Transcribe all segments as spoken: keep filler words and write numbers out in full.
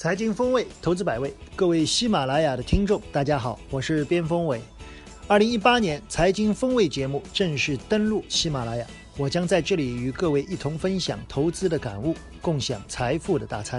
财经风味，投资百味，各位喜马拉雅的听众，大家好，我是边锋伟。二零一八年财经风味节目正式登陆喜马拉雅，我将在这里与各位一同分享投资的感悟，共享财富的大餐。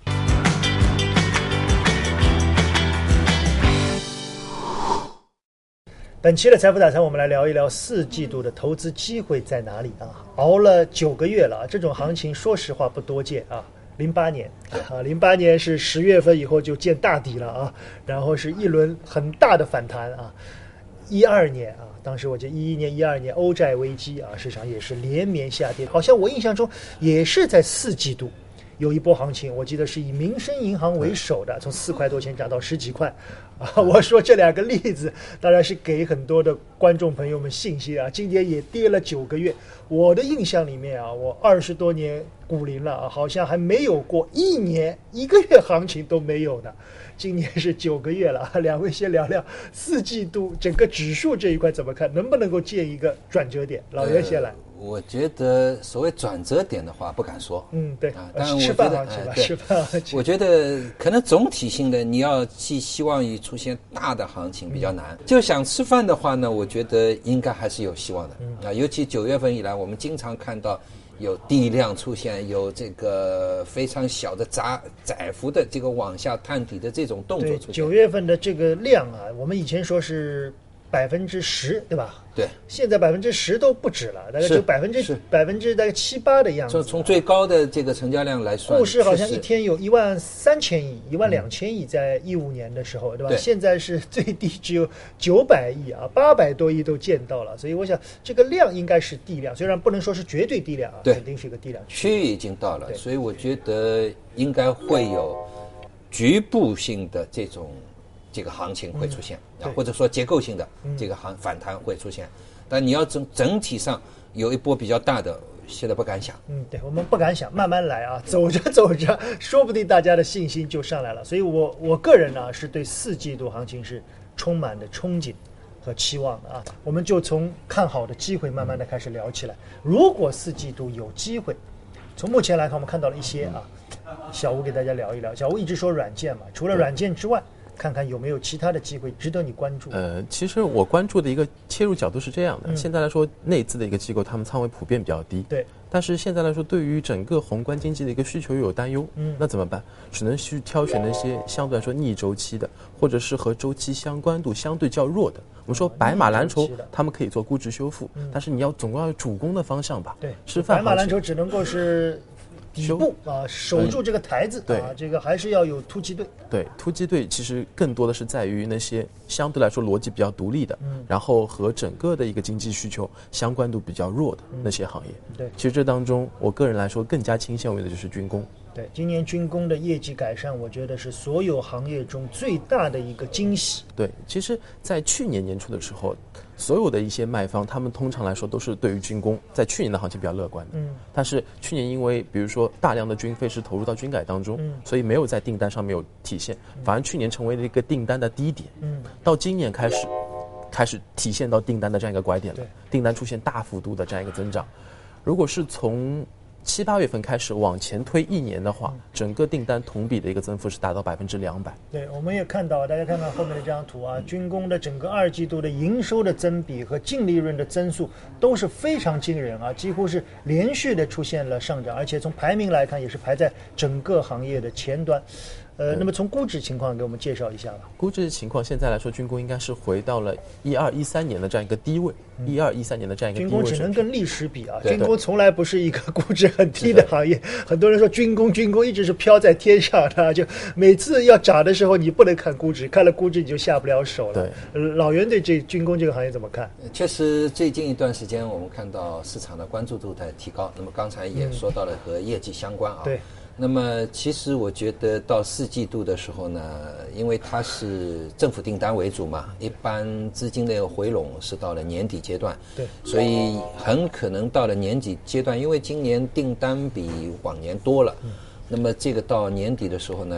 本期的财富大餐，我们来聊一聊四季度的投资机会在哪里啊？熬了九个月了，这种行情说实话不多见啊。零八年啊，零八年是十月份以后就见大底了啊，然后是一轮很大的反弹啊。一二年啊，当时我记得一一年、一二年欧债危机啊，市场也是连绵下跌，好像我印象中也是在四季度有一波行情，我记得是以民生银行为首的，从四块多钱涨到十几块啊。我说这两个例子当然是给很多的观众朋友们信心啊。今年也跌了九个月，我的印象里面啊，我二十多年股龄了啊，好像还没有过一年一个月行情都没有的。今年是九个月了啊，两位先聊聊四季度整个指数这一块怎么看，能不能够见一个转折点？老袁先来。 呃我觉得所谓转折点的话不敢说， 嗯，对啊，当然我吃觉得， 饭行情吧， 呃、对吃饭行情。 我觉得可能总体性的你要寄希望于出现大的行情比较难。嗯、就想吃饭的话呢，我觉得应该还是有希望的。嗯、啊，尤其九月份以来，我们经常看到有地量出现，有这个非常小的窄窄幅的这个往下探底的这种动作出现。 九月份的这个量啊，我们以前说是百分之十，对吧？ 对， 现在百分之十都不止了，大概就百分之百分之大概七八的样子。 从从最高的这个成交量来算， 沪市好像一天有一万三千亿、一万两千亿，在一五年的时候，对吧？ 对， 现在是最低只有九百亿啊，八百多亿都见到了。所以我想，这个量应该是地量，虽然不能说是绝对地量啊，肯定是一个地量区域已经到了，所以我觉得应该会有局部性的这种。这个行情会出现、嗯、啊，或者说结构性的这个行反弹会出现，嗯、但你要整整体上有一波比较大的，现在不敢想。 嗯，对，我们不敢想，慢慢来啊，走着走着，说不定大家的信心就上来了。所以我我个人呢是对四季度行情是充满的憧憬和期望的啊。我们就从看好的机会慢慢的开始聊起来。如果四季度有机会，从目前来看，我们看到了一些啊，小吴给大家聊一聊。小吴一直说软件嘛，除了软件之外。看看有没有其他的机会值得你关注。 呃，其实我关注的一个切入角度是这样的：嗯、现在来说，内资的一个机构，他们仓位普遍比较低。 对。 但是现在来说，对于整个宏观经济的一个需求又有担忧。嗯。那怎么办？只能去挑选那些相对来说逆周期的，或者是和周期相关度相对较弱的。我们说白马蓝筹，他们可以做估值修复，嗯、但是你要总共要有主攻的方向吧？ 对。 吃饭白马蓝筹只能够是。底部啊，守住这个台子、嗯、啊，这个还是要有突击队。 对，突击队其实更多的是在于那些相对来说逻辑比较独立的，嗯，然后和整个的一个经济需求相关度比较弱的那些行业。嗯、对，其实这当中，我个人来说更加倾向于的就是军工。 对，今年军工的业绩改善，我觉得是所有行业中最大的一个惊喜。 对，其实，在去年年初的时候，所有的一些卖方，他们通常来说都是对于军工在去年的行情比较乐观的。嗯，但是去年因为比如说大量的军费是投入到军改当中，嗯，所以没有在订单上面有体现，反而去年成为了一个订单的低点。嗯，到今年开始，开始体现到订单的这样一个拐点了，订单出现大幅度的这样一个增长。如果是从七八月份开始往前推一年的话，整个订单同比的一个增幅是达到百分之两百。 对，我们也看到，大家看看后面的这张图啊，军工的整个二季度的营收的增比和净利润的增速都是非常惊人啊，几乎是连续的出现了上涨，而且从排名来看也是排在整个行业的前端。呃，那么从估值情况给我们介绍一下吧。 估值情况现在来说，军工应该是回到了一二一三年的这样一个低位，一二一三年的这样一个低位。 军工只能跟历史比啊，军工从来不是一个估值很低的行业。很多人说军工，军工一直是飘在天上的，就每次要涨的时候，你不能看估值，看了估值你就下不了手了。对，老袁对这军工这个行业怎么看？ 确实，最近一段时间我们看到市场的关注度在提高。那么刚才也说到了和业绩相关啊。 嗯、对。 那么其实我觉得到四季度的时候呢，因为它是政府订单为主嘛，一般资金的回笼是到了年底阶段， 对， 所以很可能到了年底阶段，因为今年订单比往年多了，嗯、那么这个到年底的时候呢，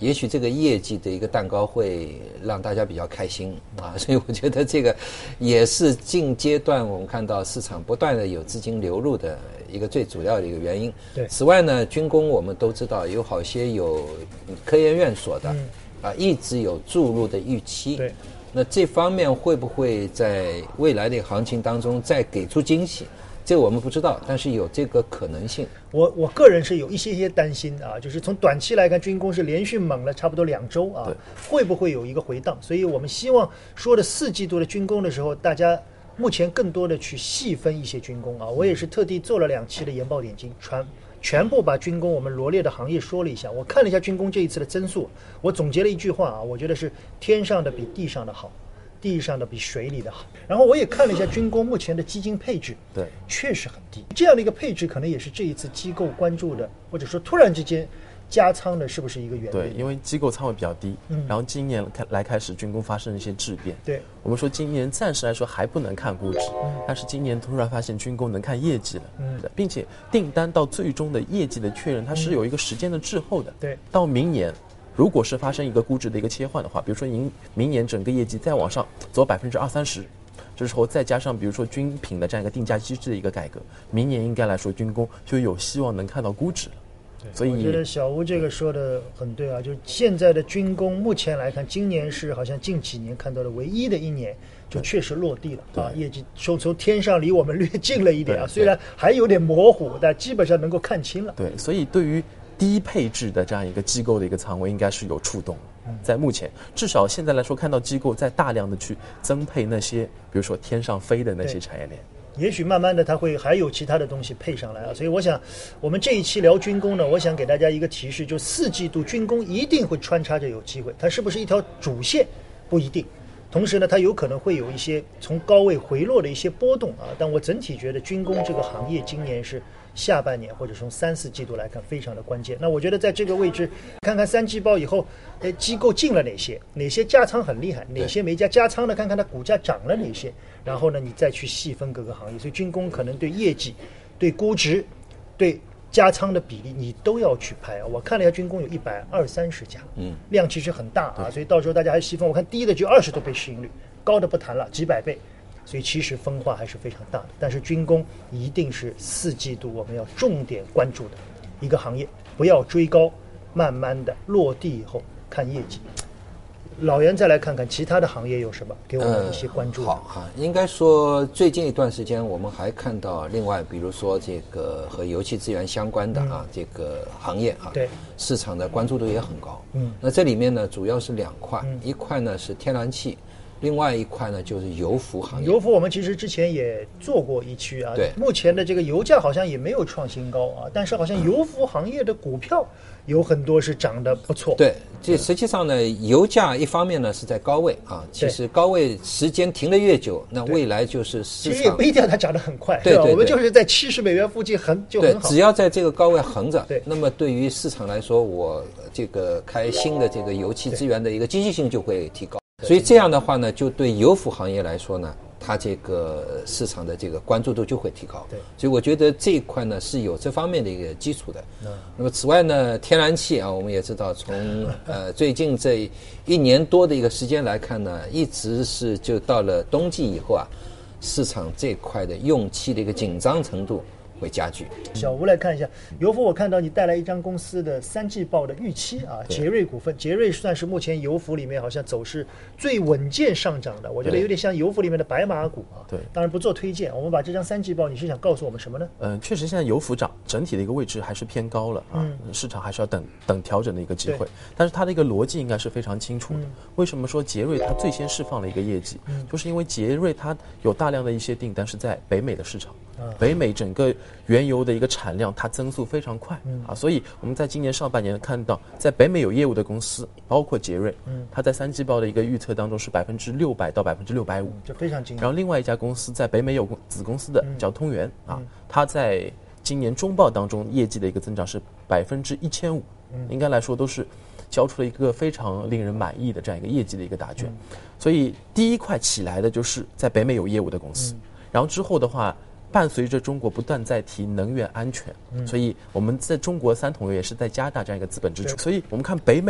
也许这个业绩的一个蛋糕会让大家比较开心啊，所以我觉得这个也是近阶段我们看到市场不断的有资金流入的一个最主要的一个原因。 对， 此外呢，军工我们都知道有好些有科研院所的、嗯、啊，一直有注入的预期。 对， 那这方面会不会在未来的行情当中再给出惊喜？这个我们不知道，但是有这个可能性。 我我个人是有一些些担心啊，就是从短期来看，军工是连续猛了差不多两周啊，会不会有一个回档？所以我们希望说的四季度的军工的时候，大家目前更多的去细分一些军工啊。我也是特地做了两期的研报点睛，全全部把军工我们罗列的行业说了一下。我看了一下军工这一次的增速，我总结了一句话啊，我觉得是天上的比地上的好。地上的比水里的好，然后我也看了一下军工目前的基金配置， 对， 确实很低。这样的一个配置，可能也是这一次机构关注的，或者说突然之间加仓的，是不是一个原因？ 对，因为机构仓位比较低，嗯，然后今年开来开始军工发生一些质变。 对， 我们说今年暂时来说还不能看估值，嗯，但是今年突然发现军工能看业绩了，嗯，并且订单到最终的业绩的确认，它是有一个时间的滞后的。 嗯、对， 到明年。如果是发生一个估值的一个切换的话，比如说明明年整个业绩再往上走百分之二三十，这时候再加上比如说军品的这样一个定价机制的一个改革，明年应该来说军工就有希望能看到估值了。所以我觉得小吴这个说的很对啊，就现在的军工目前来看，今年是好像近几年看到的唯一的一年，就确实落地了啊，业绩从从天上离我们略近了一点啊，虽然还有点模糊，但基本上能够看清了。 对，所以对于低配置的这样一个机构的一个仓位应该是有触动，在目前至少现在来说看到机构在大量的去增配那些比如说天上飞的那些产业链， 也许慢慢的它会还有其他的东西配上来啊，所以我想我们这一期聊军工呢，我想给大家一个提示，就四季度军工一定会穿插着有机会，它是不是一条主线不一定，同时呢它有可能会有一些从高位回落的一些波动啊，但我整体觉得军工这个行业今年是下半年或者从三四季度来看非常的关键。那我觉得在这个位置看看三季报以后，哎，机构进了哪些，哪些加仓很厉害，哪些没加加仓的，看看它股价涨了哪些，然后呢你再去细分各个行业。所以军工可能对业绩、对估值、对加仓的比例你都要去拍啊。我看了一下军工有一百二三十家，嗯，量其实很大啊，所以到时候大家还细分。我看低的就二十多倍市盈率，高的不谈了，几百倍。所以其实分化还是非常大的，但是军工一定是四季度我们要重点关注的一个行业，不要追高，慢慢的落地以后看业绩。老袁再来看看其他的行业有什么给我们一些关注、 呃、好哈，应该说最近一段时间我们还看到另外比如说这个和油气资源相关的啊、嗯、这个行业啊， 对， 市场的关注度也很高。 嗯， 那这里面呢主要是两块、 嗯、 一块呢是天然气，另外一块呢就是油服行业。 油服我们其实之前也做过一期啊， 对， 目前的这个油价好像也没有创新高啊，但是好像油服行业的股票有很多是涨得不错。 对，这实际上呢，油价一方面呢是在高位啊，其实高位时间停得越久，那未来就是市场。 其实也不一定它涨得很快， 对对对， 我们就是在七十美元附近横就很好。 对，只要在这个高位横着， 对， 那么对于市场来说，我这个开新的这个油气资源的一个经济性就会提高。所以这样的话呢，就对油服行业来说呢，它这个市场的这个关注度就会提高。 对， 所以我觉得这一块呢是有这方面的一个基础的。嗯，那么此外呢，天然气啊，我们也知道从呃最近这一年多的一个时间来看呢，一直是就到了冬季以后啊，市场这块的用气的一个紧张程度会加剧。 小吴来看一下油服，我看到你带来一张公司的三季报的预期啊，杰瑞股份，杰瑞算是目前油服里面好像走势最稳健上涨的，我觉得有点像油服里面的白马股啊。 对， 当然不做推荐，我们把这张三季报，你是想告诉我们什么呢？ 嗯、呃，确实现在油服涨整体的一个位置还是偏高了啊，嗯、市场还是要等等调整的一个机会，但是它的一个逻辑应该是非常清楚的。嗯、为什么说杰瑞它最先释放了一个业绩，嗯、就是因为杰瑞它有大量的一些订单是在北美的市场。北美整个原油的一个产量它增速非常快、嗯、啊，所以我们在今年上半年看到在北美有业务的公司包括杰瑞，嗯，它在三季报的一个预测当中是百分之六百到百分之六百五， 这非常惊人。 然后另外一家公司在北美有子公司的叫通源、嗯、啊，它在今年中报当中业绩的一个增长是百分之一千五，应该来说都是交出了一个非常令人满意的这样一个业绩的一个答卷、嗯、所以第一块起来的就是在北美有业务的公司、嗯、然后之后的话伴随着中国不断在提能源安全、嗯、所以我们在中国三桶油也是在加大这样一个资本支出，所以我们看北美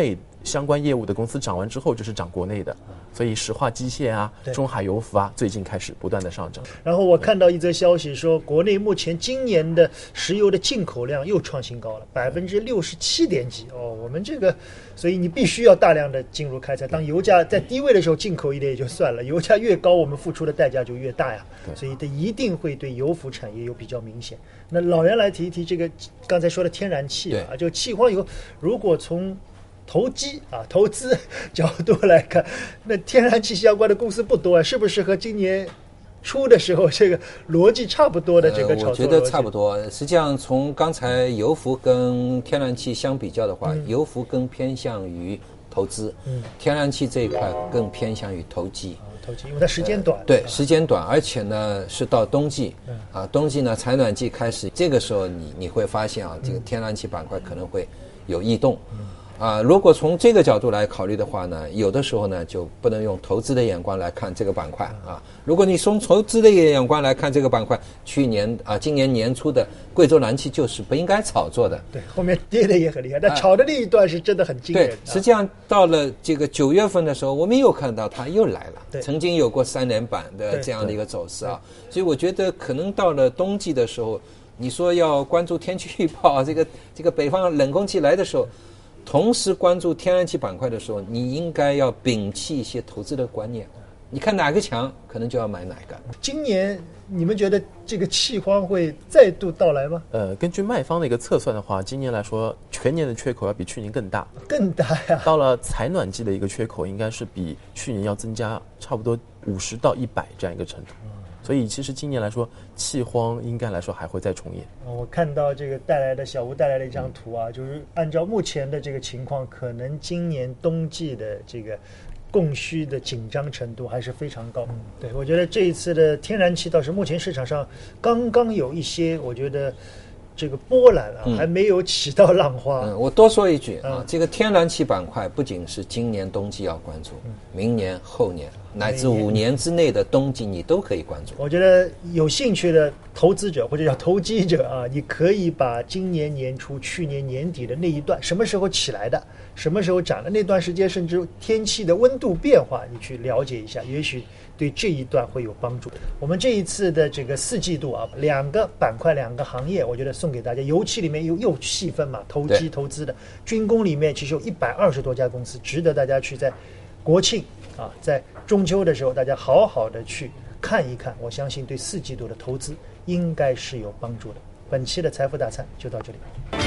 相关业务的公司涨完之后，就是涨国内的，所以石化机械啊、中海油服啊，最近开始不断的上涨。 然后我看到一则消息说，国内目前今年的石油的进口量又创新高了，百分之六十七点几哦。我们这个，所以你必须要大量的进入开采。当油价在低位的时候，进口一点也就算了，油价越高，我们付出的代价就越大呀。所以这一定会对油服产业有比较明显。那老袁来提一提这个刚才说的天然气啊，就气荒油，如果从投机啊，投资角度来看，那天然气相关的公司不多啊，是不是和今年初的时候这个逻辑差不多的这个炒作逻辑？ 呃、我觉得差不多。实际上，从刚才油服跟天然气相比较的话，嗯、油服更偏向于投资，嗯，天然气这一块更偏向于投机。 啊、投机，因为它时间短。 呃、对，时间短，而且呢是到冬季，嗯、啊，冬季呢采暖季开始，这个时候你你会发现啊，这个天然气板块可能会有异动。嗯啊，如果从这个角度来考虑的话呢，有的时候呢就不能用投资的眼光来看这个板块啊。如果你从投资的眼光来看这个板块，去年啊，今年年初的贵州燃气就是不应该炒作的。 对，后面跌的也很厉害，但炒的那一段是真的很惊人。 对，实际上到了这个九月份的时候，我们又看到它又来了，曾经有过三连板的这样的一个走势啊。所以我觉得可能到了冬季的时候，你说要关注天气预报，这个这个北方冷空气来的时候。同时关注天然气板块的时候，你应该要摒弃一些投资的观念，你看哪个强，可能就要买哪个。 今年你们觉得这个气荒会再度到来吗？ 呃，根据卖方的一个测算的话，今年来说，全年的缺口要比去年更大， 更大呀。 到了采暖季的一个缺口，应该是比去年要增加差不多五十到一百这样一个程度。所以其实今年来说，气荒应该来说还会再重演。 我看到这个带来的小吴带来的一张图啊，就是按照目前的这个情况，可能今年冬季的这个供需的紧张程度还是非常高。嗯、对，我觉得这一次的天然气倒是目前市场上刚刚有一些，我觉得这个波澜啊，嗯、还没有起到浪花。 嗯，我多说一句啊，嗯、这个天然气板块不仅是今年冬季要关注，嗯、明年、后年。乃至五年之内的冬季，你都可以关注。 我觉得有兴趣的投资者或者叫投机者啊，你可以把今年年初、去年年底的那一段，什么时候起来的，什么时候涨的那段时间，甚至天气的温度变化，你去了解一下，也许对这一段会有帮助。我们这一次的这个四季度啊，两个板块、两个行业，我觉得送给大家。油气里面又又细分嘛，投机投资的；军工里面其实有一百二十多家公司，值得大家去在国庆啊，在中秋的时候，大家好好的去看一看，我相信对四季度的投资应该是有帮助的。本期的财富大餐就到这里。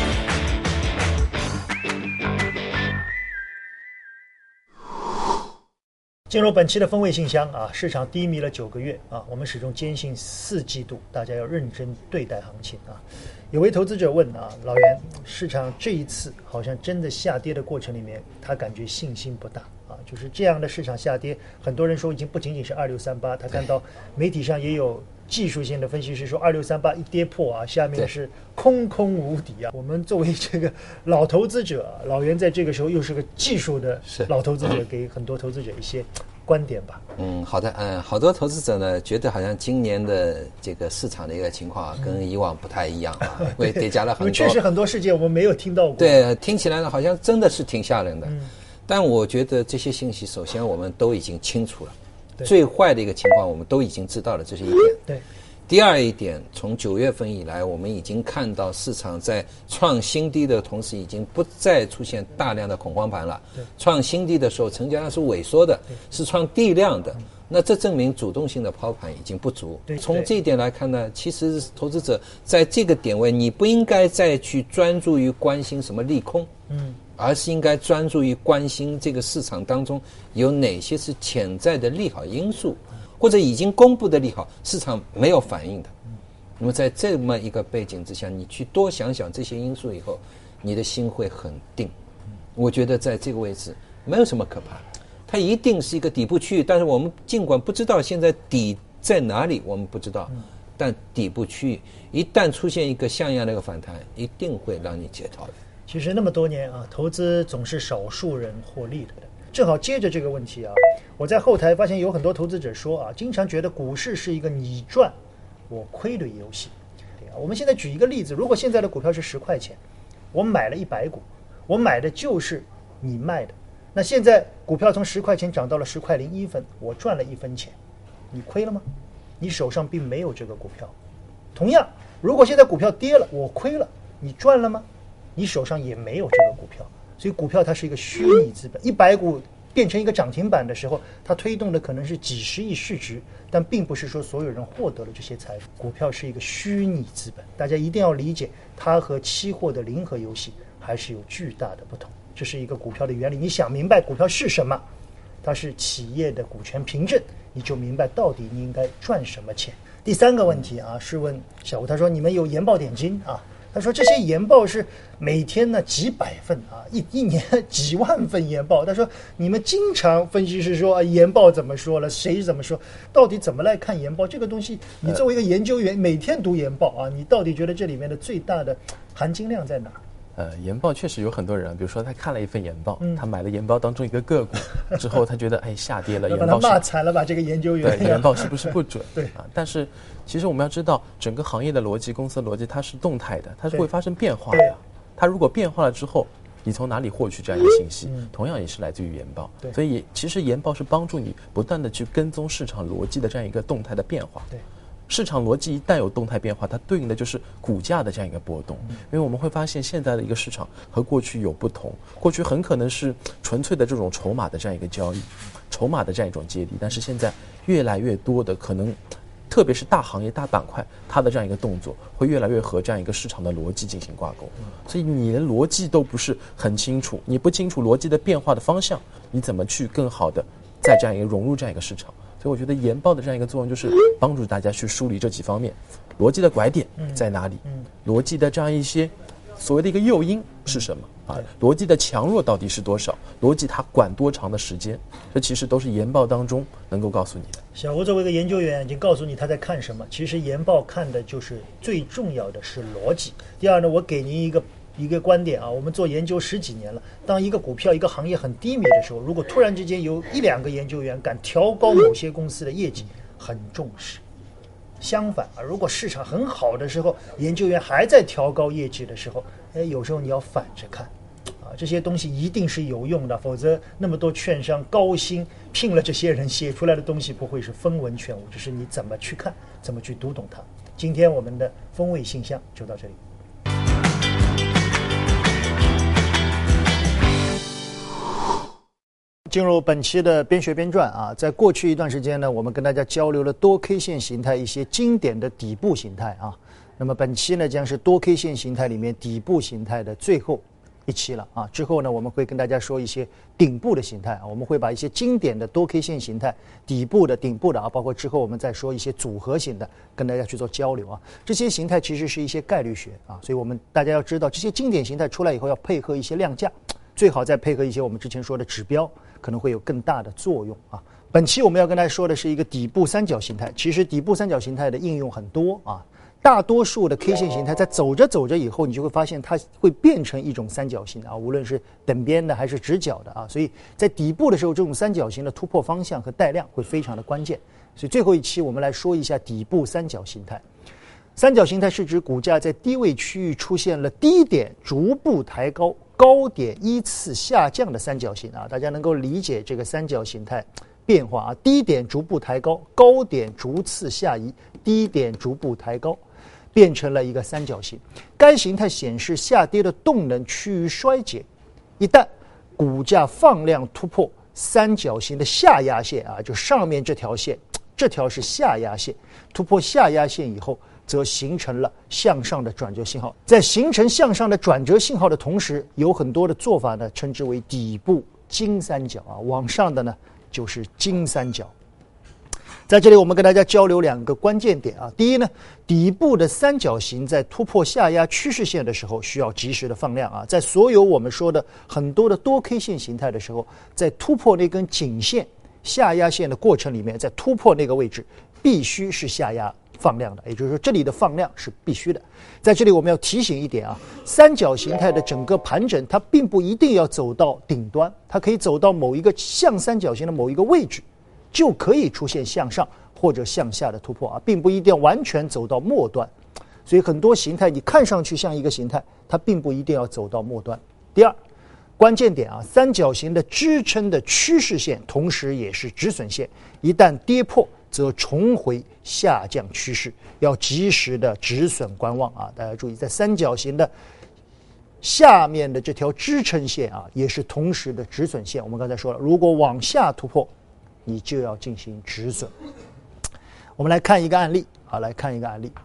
进入本期的风味信箱啊，市场低迷了九个月啊，我们始终坚信四季度大家要认真对待行情啊。有位投资者问啊，老袁，市场这一次好像真的下跌的过程里面，他感觉信心不大。啊，就是这样的市场下跌，很多人说已经不仅仅是二六三八，他看到媒体上也有技术性的分析师说二六三八一跌破啊，下面是空空无敌啊。我们作为这个老投资者，老袁在这个时候又是个技术的老投资者，给很多投资者一些观点吧。 嗯，好的，嗯，好多投资者呢觉得好像今年的这个市场的一个情况啊，跟以往不太一样啊，因为叠加了很多， 确实很多事件我们没有听到过。 对，听起来呢好像真的是挺吓人的。嗯，但我觉得这些信息，首先我们都已经清楚了，最坏的一个情况我们都已经知道了，这是一点。 对。 第二一点，从九月份以来，我们已经看到市场在创新低的同时，已经不再出现大量的恐慌盘了。创新低的时候，成交量是萎缩的，是创地量的。那这证明主动性的抛盘已经不足。从这一点来看呢，其实投资者在这个点位，你不应该再去专注于关心什么利空。嗯。而是应该专注于关心这个市场当中有哪些是潜在的利好因素，或者已经公布的利好市场没有反应的。那么在这么一个背景之下，你去多想想这些因素以后，你的心会很定。我觉得在这个位置没有什么可怕，它一定是一个底部区域，但是我们尽管不知道现在底在哪里，我们不知道，但底部区域一旦出现一个像样的一个反弹，一定会让你解套的。 其实那么多年啊，投资总是少数人获利的。正好接着这个问题啊，我在后台发现有很多投资者说啊，经常觉得股市是一个你赚我亏的游戏。对啊，我们现在举一个例子，如果现在的股票是十块钱，我买了一百股，我买的就是你卖的， 那现在股票从十块钱涨到了十块零一分，我赚了一分钱，你亏了吗？你手上并没有这个股票。同样，如果现在股票跌了，我亏了，你赚了吗？你手上也没有这个股票。所以股票它是一个虚拟资本，一百股变成一个涨停板的时候，它推动的可能是几十亿市值，但并不是说所有人获得了这些财富。股票是一个虚拟资本，大家一定要理解，它和期货的零和游戏还是有巨大的不同。这是一个股票的原理，你想明白股票是什么，它是企业的股权凭证，你就明白到底你应该赚什么钱。第三个问题啊，是问小吴，他说你们有研报点金啊？他说这些研报是每天呢几百份啊，一一年几万份研报。他说你们经常分析师说、啊、研报怎么说了，谁怎么说，到底怎么来看研报这个东西？你作为一个研究员，每天读研报啊，你到底觉得这里面的最大的含金量在哪？ 呃，研报确实有很多人，比如说他看了一份研报，嗯、他买了研报当中一个个股之后，他觉得哎下跌了，研报把他骂惨了吧？这个研究员， 对研报是不是不准？ 对啊，但是其实我们要知道，整个行业的逻辑、公司的逻辑，它是动态的，它是会发生变化的。它如果变化了之后，你从哪里获取这样一个信息？嗯、同样也是来自于研报。 对， 所以其实研报是帮助你不断的去跟踪市场逻辑的这样一个动态的变化。 对。 市场逻辑一旦有动态变化，它对应的就是股价的这样一个波动。因为我们会发现现在的一个市场和过去有不同，过去很可能是纯粹的这种筹码的这样一个交易，筹码的这样一种接力，但是现在越来越多的可能，特别是大行业大板块，它的这样一个动作会越来越和这样一个市场的逻辑进行挂钩。所以你的逻辑都不是很清楚，你不清楚逻辑的变化的方向，你怎么去更好的在这样一个融入这样一个市场？所以我觉得研报的这样一个作用就是帮助大家去梳理这几方面，逻辑的拐点在哪里，嗯嗯、逻辑的这样一些所谓的一个诱因是什么、嗯、啊？逻辑的强弱到底是多少？逻辑它管多长的时间？这其实都是研报当中能够告诉你的。 小吴作为一个研究员，已经告诉你他在看什么。其实研报看的就是最重要的是逻辑。第二呢，我给您一个。一个观点啊，我们做研究十几年了，当一个股票一个行业很低迷的时候，如果突然之间有一两个研究员敢调高某些公司的业绩，很重视。相反啊，如果市场很好的时候，研究员还在调高业绩的时候，哎，有时候你要反着看啊，这些东西一定是有用的，否则那么多券商高薪聘了这些人写出来的东西不会是风闻全无，只是你怎么去看，怎么去读懂它。今天我们的风味信箱就到这里。进入本期的边学边赚啊，在过去一段时间呢，我们跟大家交流了多 K 线形态一些经典的底部形态啊。那么本期呢，将是多 K 线形态里面底部形态的最后一期了啊。之后呢，我们会跟大家说一些顶部的形态啊，我们会把一些经典的多 K 线形态底部的、顶部的啊，包括之后我们再说一些组合型的，跟大家去做交流啊。这些形态其实是一些概率学啊，所以我们大家要知道，这些经典形态出来以后要配合一些量价。最好再配合一些我们之前说的指标，可能会有更大的作用啊。本期我们要跟大家说的是一个底部三角形态，其实底部三角形态的应用很多啊。大多数的 K 线形态在走着走着以后，你就会发现它会变成一种三角形啊，无论是等边的还是直角的啊。所以在底部的时候，这种三角形的突破方向和带量会非常的关键。所以最后一期我们来说一下底部三角形态。三角形态是指股价在低位区域出现了低点逐步抬高，高点依次下降的三角形啊，大家能够理解这个三角形态变化啊，低点逐步抬高，高点逐次下移，低点逐步抬高，变成了一个三角形。该形态显示下跌的动能趋于衰竭，一旦股价放量突破三角形的下压线啊，就上面这条线，这条是下压线，突破下压线以后，则形成了向上的转折信号。在形成向上的转折信号的同时，有很多的做法呢，称之为底部金三角啊，往上的呢就是金三角。在这里我们跟大家交流两个关键点啊，第一呢，底部的三角形在突破下压趋势线的时候需要及时的放量啊，在所有我们说的很多的多 K 线形态的时候，在突破那根颈线下压线的过程里面，在突破那个位置必须是下压放量的，也就是说这里的放量是必须的。在这里我们要提醒一点啊，三角形态的整个盘整它并不一定要走到顶端，它可以走到某一个像三角形的某一个位置，就可以出现向上或者向下的突破啊，并不一定要完全走到末端。所以很多形态你看上去像一个形态，它并不一定要走到末端。第二， 关键点啊，三角形的支撑的趋势线同时也是止损线，一旦跌破则重回下降趋势，要及时的止损观望啊！大家注意，在三角形的下面的这条支撑线啊，也是同时的止损线。我们刚才说了，如果往下突破，你就要进行止损。我们来看一个案例啊，来看一个案例。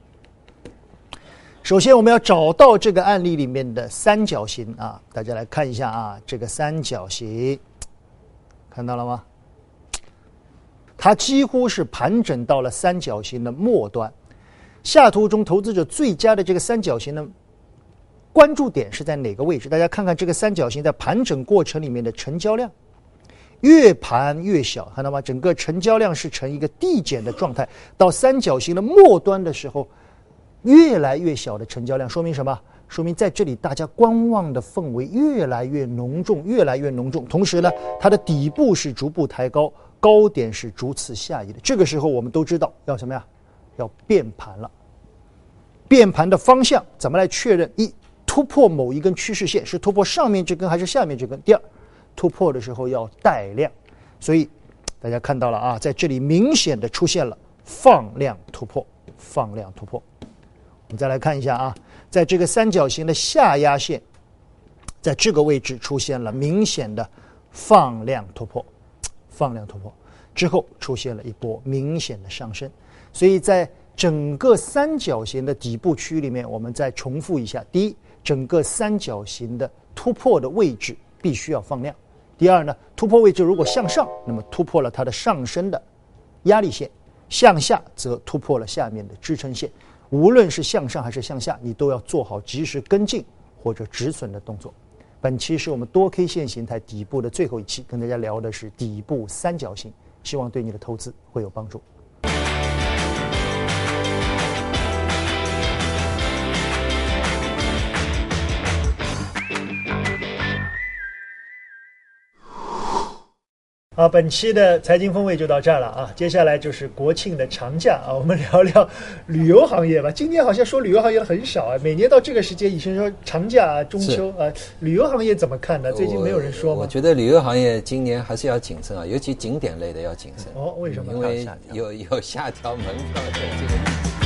首先，我们要找到这个案例里面的三角形啊，大家来看一下啊，这个三角形看到了吗？它几乎是盘整到了三角形的末端。下图中投资者最佳的这个三角形的关注点是在哪个位置？大家看看这个三角形在盘整过程里面的成交量，越盘越小，看到吗？整个成交量是呈一个递减的状态，到三角形的末端的时候，越来越小的成交量，说明什么？说明在这里大家观望的氛围越来越浓重，越来越浓重。同时呢，它的底部是逐步抬高，高点是逐次下移的。这个时候我们都知道要什么呀？要变盘了。变盘的方向怎么来确认？一，突破某一根趋势线，是突破上面这根还是下面这根？第二，突破的时候要带量。所以大家看到了啊，在这里明显的出现了放量突破，放量突破。我们再来看一下啊，在这个三角形的下压线，在这个位置出现了明显的放量突破，放量突破之后出现了一波明显的上升。所以在整个三角形的底部区域里面，我们再重复一下：第一，整个三角形的突破的位置必须要放量；第二呢，突破位置如果向上，那么突破了它的上升的压力线；向下则突破了下面的支撑线。无论是向上还是向下，你都要做好及时跟进或者止损的动作。本期是我们多 K 线形态底部的最后一期，跟大家聊的是底部三角形，希望对你的投资会有帮助。好，本期的财经风味就到这儿了啊！接下来就是国庆的长假啊，我们聊聊旅游行业吧。今年好像说旅游行业的很少啊，每年到这个时间，以前说长假、中秋啊，旅游行业怎么看呢？最近没有人说吗？ 我, 我觉得旅游行业今年还是要谨慎啊，尤其景点类的要谨慎。 哦，为什么？ 因为有有下调门票的这个。